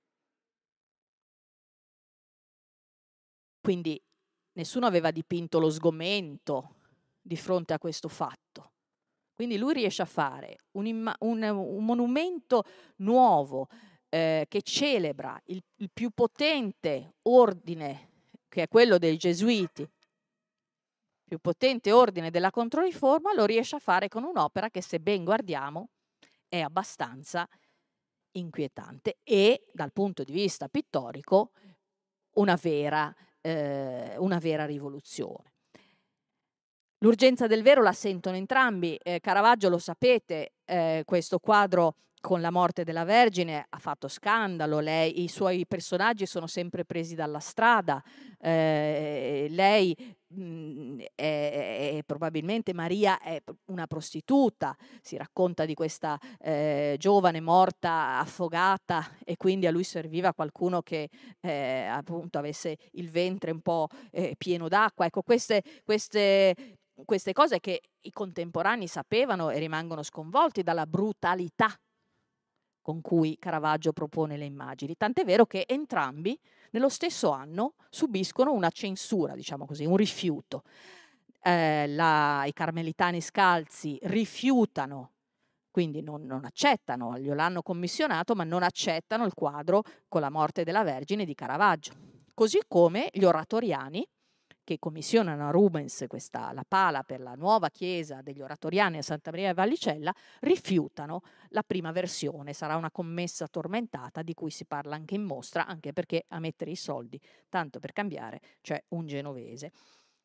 Quindi nessuno aveva dipinto lo sgomento di fronte a questo fatto. Quindi lui riesce a fare un, un, un monumento nuovo, Eh, che celebra il, il più potente ordine, che è quello dei Gesuiti, più potente ordine della Controriforma, lo riesce a fare con un'opera che, se ben guardiamo, è abbastanza inquietante e, dal punto di vista pittorico, una vera, eh, una vera rivoluzione. L'urgenza del vero la sentono entrambi. Eh, Caravaggio, lo sapete, eh, questo quadro con la morte della Vergine ha fatto scandalo. Lei, i suoi personaggi sono sempre presi dalla strada. Eh, lei mh, è, è, probabilmente Maria è una prostituta. Si racconta di questa eh, giovane morta affogata, e quindi a lui serviva qualcuno che eh, appunto avesse il ventre un po' eh, pieno d'acqua. Ecco, queste, queste queste cose che i contemporanei sapevano e rimangono sconvolti dalla brutalità con cui Caravaggio propone le immagini, tant'è vero che entrambi nello stesso anno subiscono una censura, diciamo così, un rifiuto. Eh, la, I Carmelitani Scalzi rifiutano, quindi non, non accettano, gliel'hanno commissionato, ma non accettano il quadro con la morte della Vergine di Caravaggio. Così come gli oratoriani, che commissionano a Rubens questa, la pala per la nuova chiesa degli oratoriani a Santa Maria Vallicella, rifiutano la prima versione. Sarà una commessa tormentata di cui si parla anche in mostra, anche perché a mettere i soldi, tanto per cambiare, c'è un genovese.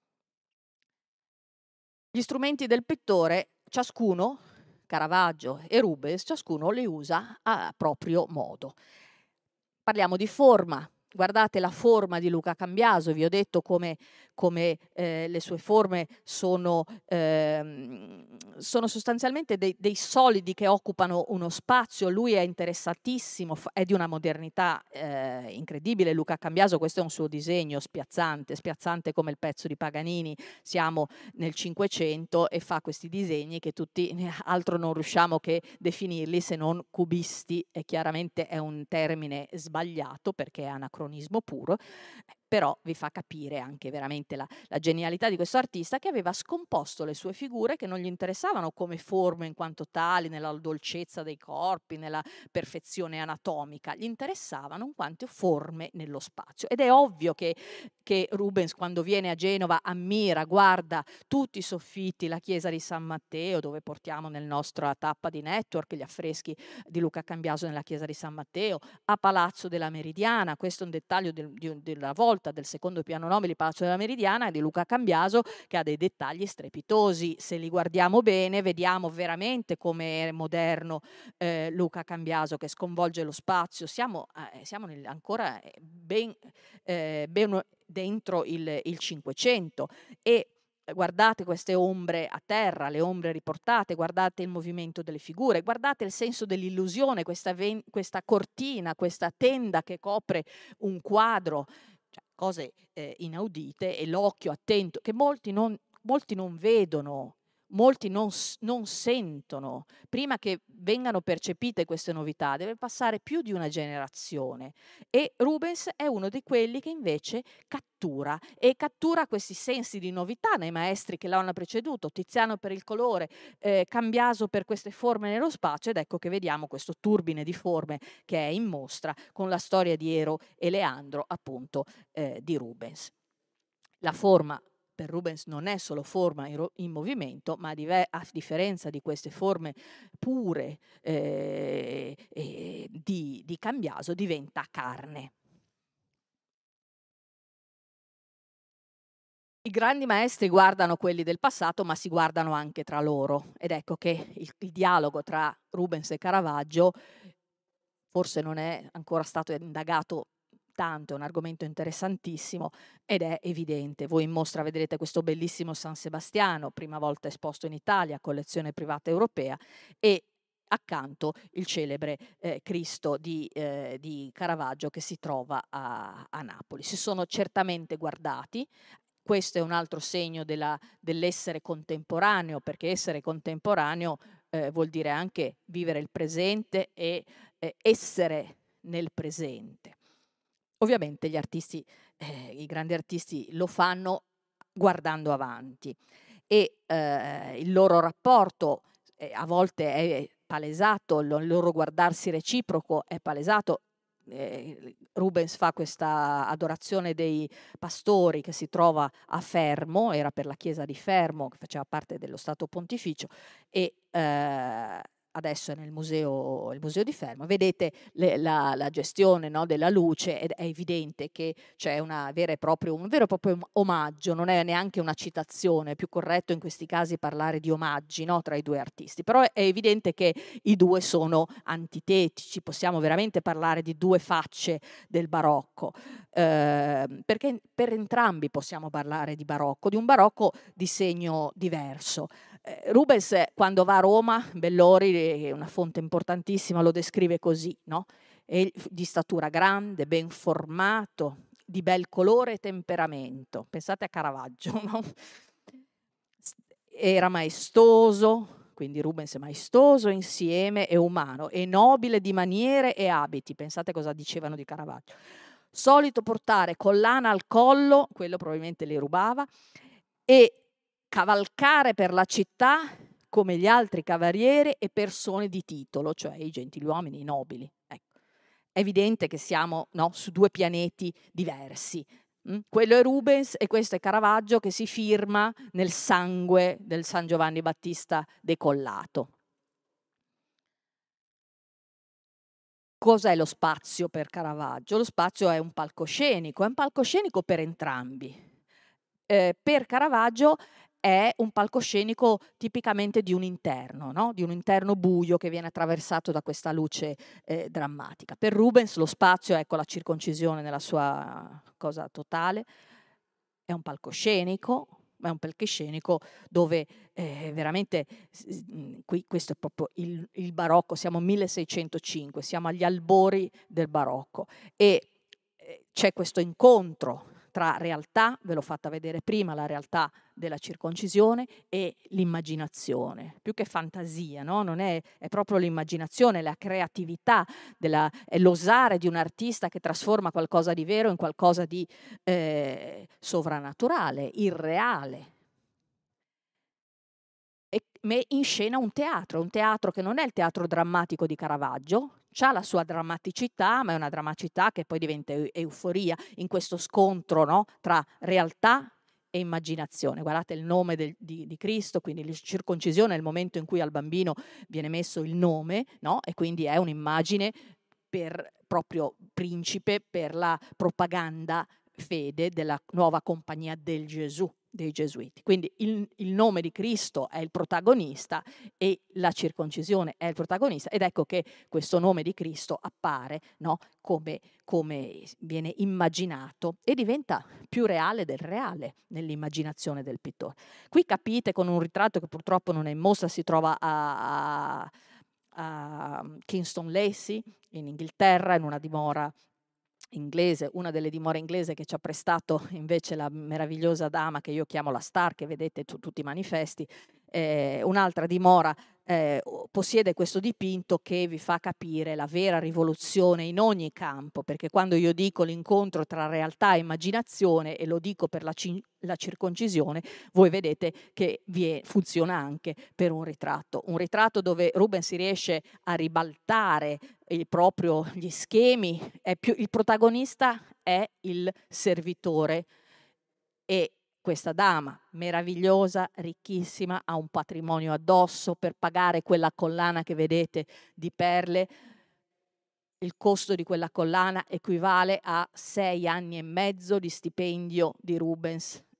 Gli strumenti del pittore, ciascuno, Caravaggio e Rubens, ciascuno li usa a proprio modo. Parliamo di forma. Guardate la forma di Luca Cambiaso, vi ho detto come, come eh, le sue forme sono, eh, sono sostanzialmente dei, dei solidi che occupano uno spazio. Lui è interessatissimo, è di una modernità eh, incredibile. Luca Cambiaso, questo è un suo disegno spiazzante, spiazzante come il pezzo di Paganini. Siamo nel Cinquecento e fa questi disegni che tutti altro non riusciamo che definirli se non cubisti, e chiaramente è un termine sbagliato perché è anacronismo puro, però vi fa capire anche veramente la, la genialità di questo artista, che aveva scomposto le sue figure, che non gli interessavano come forme in quanto tali, nella dolcezza dei corpi, nella perfezione anatomica, gli interessavano in quanto forme nello spazio. Ed è ovvio che, che Rubens, quando viene a Genova, ammira, guarda tutti i soffitti, la chiesa di San Matteo, dove portiamo nella nostra tappa di network gli affreschi di Luca Cambiaso nella chiesa di San Matteo, a Palazzo della Meridiana. Questo è un dettaglio del, di, della volta del secondo piano nobile di Palazzo della Meridiana di Luca Cambiaso, che ha dei dettagli strepitosi. Se li guardiamo bene vediamo veramente come è moderno eh, Luca Cambiaso, che sconvolge lo spazio. Siamo, eh, siamo nel, ancora ben, eh, ben dentro il, il Cinquecento, e guardate queste ombre a terra, le ombre riportate, guardate il movimento delle figure, guardate il senso dell'illusione, questa, ven- questa cortina, questa tenda che copre un quadro, cioè cose eh, inaudite, e l'occhio attento che molti non, molti non vedono, molti non, non sentono. Prima che vengano percepite queste novità deve passare più di una generazione, e Rubens è uno di quelli che invece cattura e cattura questi sensi di novità nei maestri che l'hanno preceduto, Tiziano per il colore, eh, Cambiaso per queste forme nello spazio, ed ecco che vediamo questo turbine di forme che è in mostra con la storia di Ero e Leandro, appunto eh, di Rubens. La forma per Rubens non è solo forma in, in movimento, ma a differenza di queste forme pure eh, eh, di, di Cambiaso, diventa carne. I grandi maestri guardano quelli del passato, ma si guardano anche tra loro, ed ecco che il, il dialogo tra Rubens e Caravaggio forse non è ancora stato indagato tanto, è un argomento interessantissimo ed è evidente. Voi in mostra vedrete questo bellissimo San Sebastiano, prima volta esposto in Italia, collezione privata europea, e accanto il celebre eh, Cristo di, eh, di Caravaggio che si trova a, a Napoli. Si sono certamente guardati. Questo è un altro segno della, dell'essere contemporaneo, perché essere contemporaneo eh, vuol dire anche vivere il presente e eh, essere nel presente. Ovviamente gli artisti, eh, i grandi artisti lo fanno guardando avanti e eh, il loro rapporto eh, a volte è palesato, il loro guardarsi reciproco è palesato. Eh, Rubens fa questa adorazione dei pastori che si trova a Fermo, era per la chiesa di Fermo che faceva parte dello Stato Pontificio e eh, adesso è nel museo, il museo di Fermo, vedete le, la, la gestione, no, della luce ed è evidente che c'è una vera e proprio, un vero e proprio omaggio, non è neanche una citazione, è più corretto in questi casi parlare di omaggi, no, tra i due artisti, però è evidente che i due sono antitetici, possiamo veramente parlare di due facce del barocco, eh, perché per entrambi possiamo parlare di barocco, di un barocco di segno diverso. Rubens quando va a Roma, Bellori, è una fonte importantissima, lo descrive così, no? È di statura grande, ben formato, di bel colore e temperamento. Pensate a Caravaggio, no? Era maestoso, quindi Rubens è maestoso insieme e umano, e nobile di maniere e abiti. Pensate cosa dicevano di Caravaggio. Solito portare collana al collo, quello probabilmente le rubava, e cavalcare per la città come gli altri cavalieri e persone di titolo, cioè i gentiluomini, i nobili. Ecco. È evidente che siamo, no, su due pianeti diversi. Mm? Quello è Rubens e questo è Caravaggio che si firma nel sangue del San Giovanni Battista decollato. Cos'è lo spazio per Caravaggio? Lo spazio è un palcoscenico, è un palcoscenico per entrambi. Eh, per Caravaggio è un palcoscenico tipicamente di un interno, no? Di un interno buio che viene attraversato da questa luce eh, drammatica. Per Rubens lo spazio, ecco la circoncisione nella sua cosa totale, è un palcoscenico, è un palcoscenico dove eh, veramente, qui questo è proprio il, il barocco, siamo milleseicentoscinque, siamo agli albori del barocco e eh, c'è questo incontro tra realtà, ve l'ho fatta vedere prima, la realtà della circoncisione e l'immaginazione, più che fantasia, no? Non è, è proprio l'immaginazione, la creatività, della, è l'osare di un artista che trasforma qualcosa di vero in qualcosa di eh, sovrannaturale, irreale. E in scena un teatro, un teatro che non è il teatro drammatico di Caravaggio, ha la sua drammaticità, ma è una drammaticità che poi diventa euforia in questo scontro, no, tra realtà e immaginazione. Guardate il nome del, di, di Cristo, quindi la circoncisione è il momento in cui al bambino viene messo il nome, no? E quindi è un'immagine per proprio principe per la propaganda fede della nuova compagnia del Gesù, dei Gesuiti. Quindi il, il nome di Cristo è il protagonista e la circoncisione è il protagonista ed ecco che questo nome di Cristo appare, no, come, come viene immaginato e diventa più reale del reale nell'immaginazione del pittore. Qui capite con un ritratto che purtroppo non è in mostra, si trova a, a, a Kingston Lacy in Inghilterra in una dimora inglese, una delle dimore inglese che ci ha prestato invece la meravigliosa dama che io chiamo la Star, che vedete su tutti i manifesti, eh, un'altra dimora eh, possiede questo dipinto che vi fa capire la vera rivoluzione in ogni campo, perché quando io dico l'incontro tra realtà e immaginazione, e lo dico per la, la circoncisione, voi vedete che vi è, funziona anche per un ritratto, un ritratto dove Rubens si riesce a ribaltare il proprio gli schemi, è più, il protagonista è il servitore e questa dama meravigliosa, ricchissima, ha un patrimonio addosso per pagare quella collana che vedete di perle. Il costo di quella collana equivale a sei anni e mezzo di stipendio di Rubens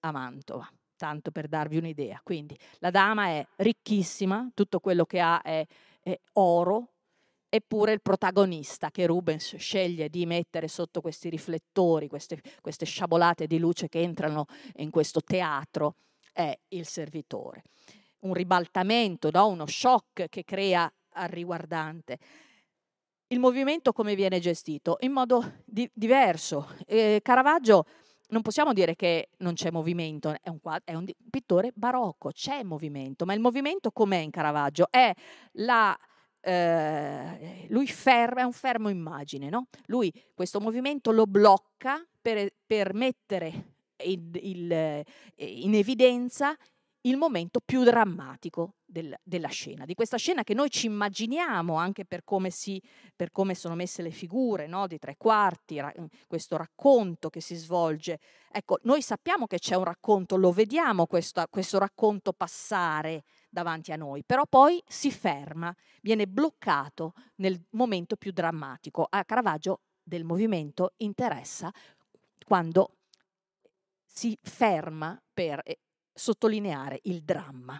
a Mantova, tanto per darvi un'idea. Quindi la dama è ricchissima, tutto quello che ha è, è oro, eppure il protagonista che Rubens sceglie di mettere sotto questi riflettori, queste, queste sciabolate di luce che entrano in questo teatro, è il servitore. Un ribaltamento, no? Uno shock che crea al riguardante. Il movimento come viene gestito? In modo di- diverso. Eh, Caravaggio, non possiamo dire che non c'è movimento, è un, è un pittore barocco, c'è movimento, ma il movimento com'è in Caravaggio? È la... Eh, lui ferma, è un fermo immagine, no? Lui questo movimento lo blocca per, per mettere il, il, in evidenza il momento più drammatico del, della scena, di questa scena che noi ci immaginiamo anche per come, si, per come sono messe le figure, no? Di tre quarti, ra- questo racconto che si svolge. Ecco, noi sappiamo che c'è un racconto, lo vediamo questo, questo racconto passare davanti a noi, però poi si ferma, viene bloccato nel momento più drammatico. A Caravaggio del movimento interessa quando si ferma per sottolineare il dramma.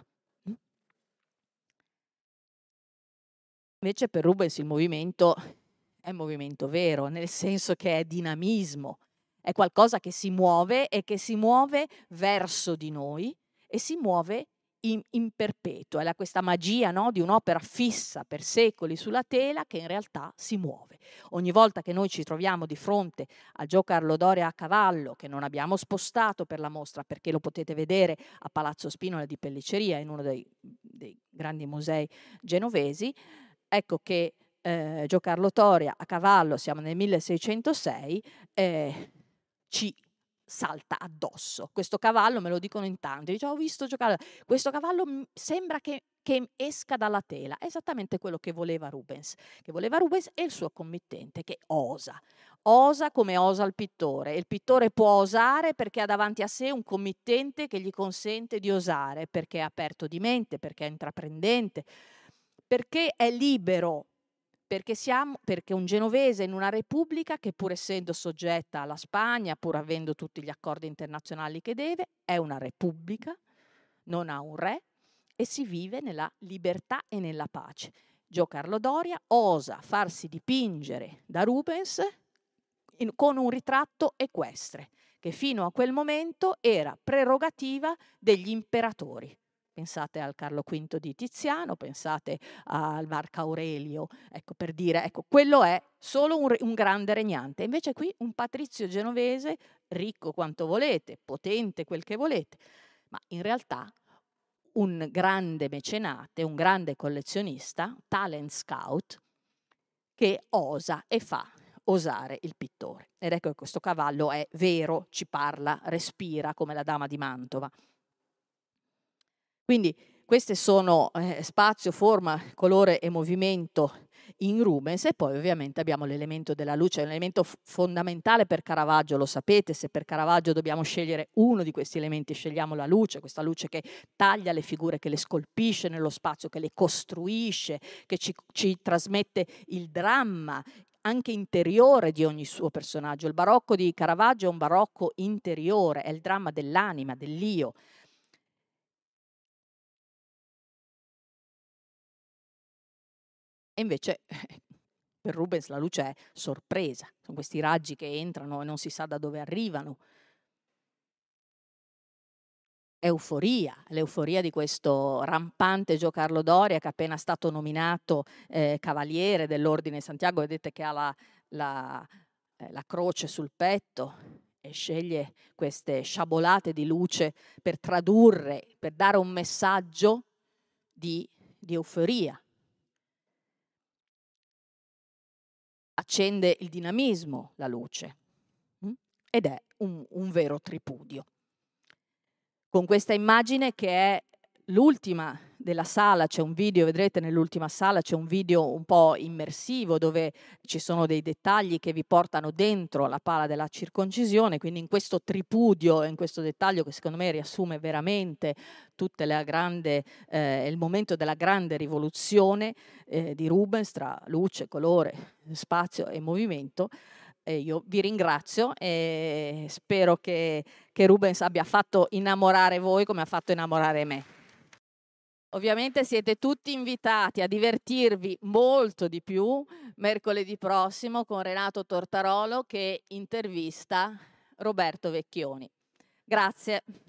Invece per Rubens il movimento è un movimento vero, nel senso che è dinamismo, è qualcosa che si muove e che si muove verso di noi e si muove in, in perpetuo. È questa magia, no? Di un'opera fissa per secoli sulla tela che in realtà si muove. Ogni volta che noi ci troviamo di fronte a Gio Carlo Doria a cavallo, che non abbiamo spostato per la mostra perché lo potete vedere a Palazzo Spinola di Pelliceria, in uno dei, dei grandi musei genovesi, ecco che eh, Gio Carlo Doria a cavallo, siamo nel milleseicentosei, eh, ci salta addosso. Questo cavallo, me lo dicono in tanti, dice, ho visto giocare, questo cavallo sembra che, che esca dalla tela. È esattamente quello che voleva Rubens, che voleva Rubens e il suo committente, che osa. Osa come osa il pittore. Il pittore può osare perché ha davanti a sé un committente che gli consente di osare, perché è aperto di mente, perché è intraprendente, perché è libero. Perché, siamo, perché un genovese in una repubblica che pur essendo soggetta alla Spagna, pur avendo tutti gli accordi internazionali che deve, è una repubblica, non ha un re e si vive nella libertà e nella pace. Gio Carlo Doria osa farsi dipingere da Rubens in, con un ritratto equestre, che fino a quel momento era prerogativa degli imperatori. Pensate al Carlo quinto di Tiziano, pensate al Marco Aurelio, ecco, per dire, ecco, quello è solo un, un grande regnante. Invece qui un patrizio genovese, ricco quanto volete, potente quel che volete, ma in realtà un grande mecenate, un grande collezionista, talent scout, che osa e fa osare il pittore. Ed ecco che questo cavallo è vero, ci parla, respira come la dama di Mantova. Quindi queste sono eh, spazio, forma, colore e movimento in Rubens, e poi ovviamente abbiamo l'elemento della luce, un elemento f- fondamentale per Caravaggio, lo sapete, se per Caravaggio dobbiamo scegliere uno di questi elementi, scegliamo la luce, questa luce che taglia le figure, che le scolpisce nello spazio, che le costruisce, che ci, ci trasmette il dramma anche interiore di ogni suo personaggio. Il barocco di Caravaggio è un barocco interiore, è il dramma dell'anima, dell'io. E invece per Rubens la luce è sorpresa, sono questi raggi che entrano e non si sa da dove arrivano. Euforia, l'euforia di questo rampante Gio Carlo Doria, che è appena stato nominato eh, cavaliere dell'Ordine Santiago, vedete che ha la, la, eh, la croce sul petto e sceglie queste sciabolate di luce per tradurre, per dare un messaggio di, di euforia. Accende il dinamismo la luce mh? ed è un, un vero tripudio. Con questa immagine che è l'ultima della sala, c'è un video, vedrete nell'ultima sala c'è un video un po' immersivo dove ci sono dei dettagli che vi portano dentro la pala della circoncisione, quindi in questo tripudio, in questo dettaglio che secondo me riassume veramente tutta la grande, eh, il momento della grande rivoluzione eh, di Rubens tra luce, colore, spazio e movimento. e io vi ringrazio e spero che, che Rubens abbia fatto innamorare voi come ha fatto innamorare me. Ovviamente siete tutti invitati a divertirvi molto di più mercoledì prossimo con Renato Tortarolo che intervista Roberto Vecchioni. Grazie.